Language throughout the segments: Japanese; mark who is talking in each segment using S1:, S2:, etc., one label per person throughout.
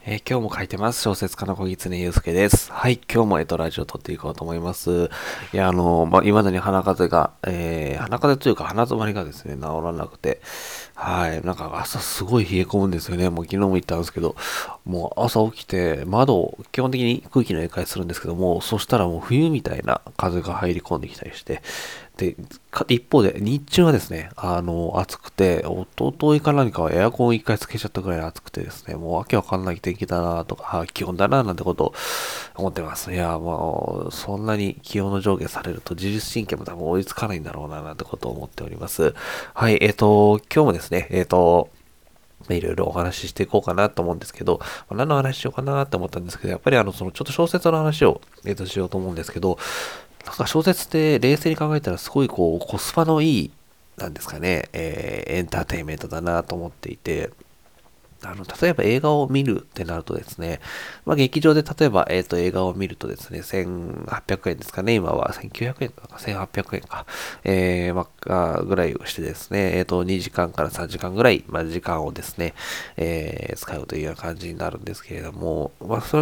S1: 今日も書いてます。小説家の小狐祐介です。はい、今日もラジオを撮っていこうと思います。いや、未だに鼻風邪が、鼻風邪というか鼻詰まりがですね、治らなくて、はい、なんか朝すごい冷え込むんですよね。もう昨日も言ったんですけど、もう朝起きて窓を基本的に空気の入れ替えするんですけども、そしたらもう冬みたいな風が入り込んできたりして、で、一方で、日中はですね、暑くて、一昨日か何かはエアコン一回つけちゃったぐらい暑くてですね、もうわけわかんない天気だなとか、気温だななんてことを思ってます。いや、もう、そんなに気温の上下されると自律神経も多分追いつかないんだろうななんてことを思っております。はい、今日もですね、いろいろお話ししていこうかなと思うんですけど、何の話しようかなと思ったんですけど、やっぱりちょっと小説の話を、しようと思うんですけど、なんか小説って冷静に考えたらすごいコスパのいい、なんですかね、エンターテインメントだなと思っていて、例えば映画を見るってなるとですね、劇場で例えば、映画を見るとですね、1800円ですかね、今は1900円とか1800円か、ぐらいをしてですね、2時間から3時間ぐらい、時間をですね、使うというような感じになるんですけれども、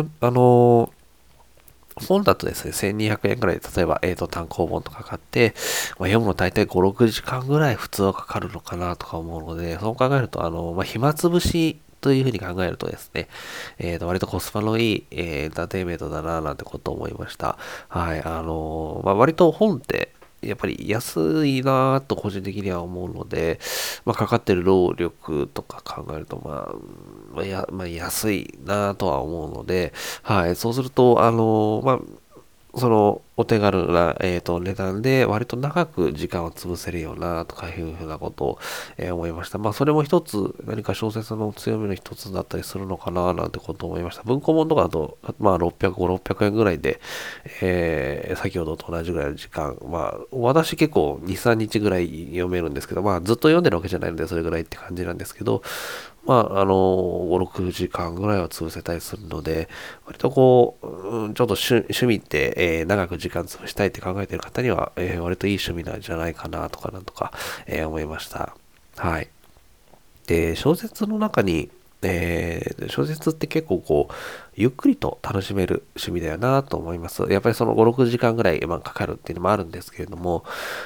S1: 本だとですね、1200円くえんくらいで、例えば、単行本とか買って、読むの大体5、6時間ぐらい普通はかかるのかなとか思うので、そう考えると、暇つぶしというふうに考えるとですね、割とコスパのいい、エンターテインメントだななんてことを思いました。はい、割と本って、やっぱり安いなぁと個人的には思うので、かかってる労力とか考えると、安いなぁとは思うので、はい、そうすると、そのお手軽な、値段で割と長く時間を潰せるようなとかいうふうなことを、思いました。それも一つ何か小説の強みの一つだったりするのかななんてことを思いました。文庫本とかだと、600円ぐらいで、先ほどと同じぐらいの時間、私結構2、3日ぐらい読めるんですけど、ずっと読んでるわけじゃないのでそれぐらいって感じなんですけど、5、6時間ぐらいは潰せたりするので、割とちょっと趣味って、長く時間潰したいって考えている方には、割といい趣味なんじゃないかなとかなんとか、思いました。はい。で、小説の中に、小説って結構ゆっくりと楽しめる趣味だよなと思います。やっぱりその5、6時間ぐらい、かかるっていうのもあるんですけれども、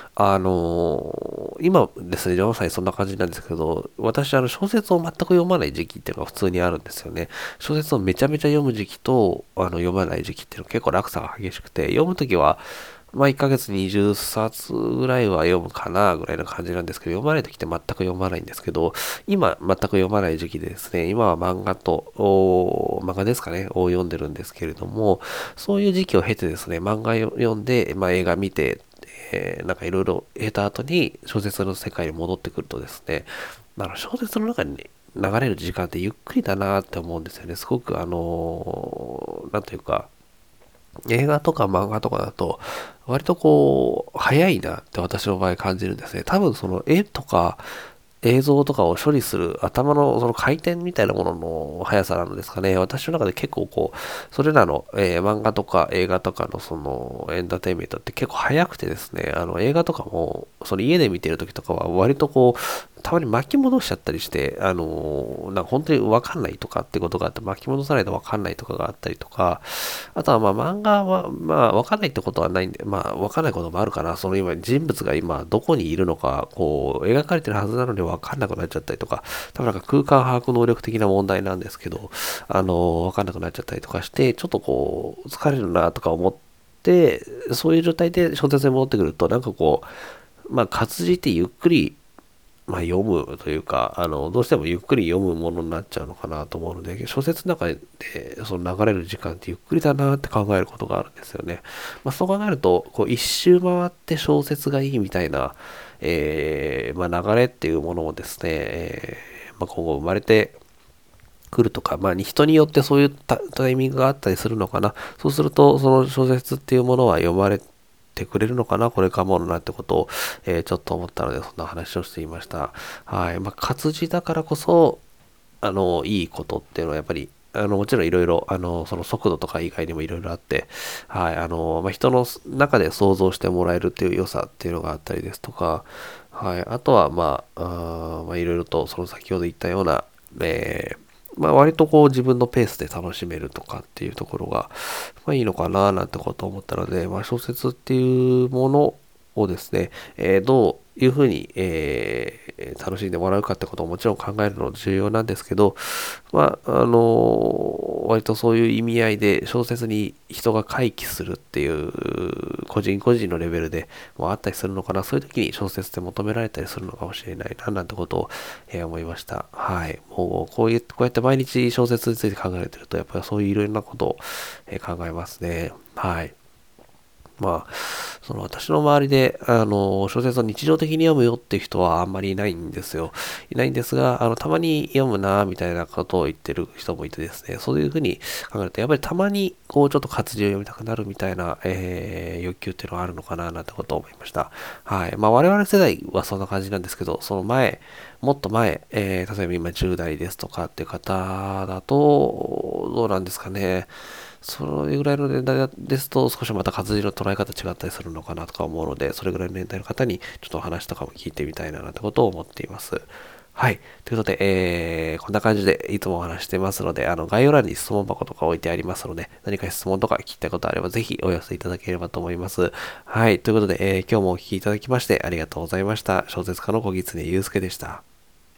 S1: 今ですね、まさにそんな感じなんですけど、私、小説を全く読まない時期っていうのが普通にあるんですよね。小説をめちゃめちゃ読む時期と、読まない時期っていうのは結構落差が激しくて、読むときは、1ヶ月に20冊ぐらいは読むかなぐらいの感じなんですけど、読まないときって全く読まないんですけど、今全く読まない時期でですね、今は漫画ですかね、を読んでるんですけれども、そういう時期を経てですね、漫画を読んで、映画見て、なんかいろいろ得た後に小説の世界に戻ってくるとですね、小説の中にね、流れる時間ってゆっくりだなって思うんですよね。すごくなんというか、映画とか漫画とかだと、割と早いなって私の場合感じるんですね。多分その絵とか映像とかを処理する頭のその回転みたいなものの速さなんですかね。私の中で結構それらの、漫画とか映画とかのそのエンターテインメントって結構早くてですね、映画とかも、その家で見てる時とかは割とたまに巻き戻しちゃったりして、なんか本当にわかんないとかってことがあって、巻き戻さないとわかんないとかがあったりとか、あとは漫画はわかんないってことはないんで、わかんないこともあるかな。その今人物が今どこにいるのか、描かれてるはずなのにわかんなくなっちゃったりとか、多分なんか空間把握能力的な問題なんですけど、わかんなくなっちゃったりとかして、ちょっと疲れるなとか思って、そういう状態で小説に戻ってくると、なんか活字ってゆっくり読むというか、どうしてもゆっくり読むものになっちゃうのかなと思うので、小説の中でその流れる時間ってゆっくりだなって考えることがあるんですよね。そう考えると、一周回って小説がいいみたいな、流れっていうものもですね、今後生まれてくるとか、人によってそういうタイミングがあったりするのかな。そうすると、その小説っていうものは読まれてくれるのかな、これからもなってことを、ちょっと思ったので、そんな話をしていました。はい。活字だからこそ、いいことっていうのはやっぱり、もちろんいろいろ、その速度とか以外にもいろいろあって、はい、人の中で想像してもらえるっていう良さっていうのがあったりですとか、はい、あとは、いろいろと、その先ほど言ったような、 まあ割とこう自分のペースで楽しめるとかっていうところが、まあいいのかななんてことを思ったので、まあ小説っていうものをですね、どういうふうに、楽しんでもらうかってことをもちろん考えるの重要なんですけど、まあ、割とそういう意味合いで小説に人が回帰するっていう個人個人のレベルでもあったりするのかな。そういう時に小説って求められたりするのかもしれないな、なんてことを、思いました。はい。もうこうやって毎日小説について考えてると、やっぱりそういういろんなことを、考えますね。はい。まあ、その私の周りで、小説を日常的に読むよっていう人はあんまりいないんですよ。いないんですが、たまに読むな、みたいなことを言ってる人もいてですね、そういうふうに考えると、やっぱりたまに、こう、ちょっと活字を読みたくなるみたいな、欲求っていうのがあるのかな、なんてことを思いました。はい。まあ、我々世代はそんな感じなんですけど、その前、もっと前、例えば今10代ですとかっていう方だと、どうなんですかね。それぐらいの年代ですと、少しまた活字の捉え方違ったりするのかなとか思うので、それぐらいの年代の方にちょっとお話とかも聞いてみたいななんてことを思っています。はい。ということで、こんな感じでいつもお話してますので、概要欄に質問箱とか置いてありますので、何か質問とか聞きたいことあればぜひお寄せいただければと思います。はい。ということで、今日もお聞きいただきましてありがとうございました。小説家の小狐祐介でした。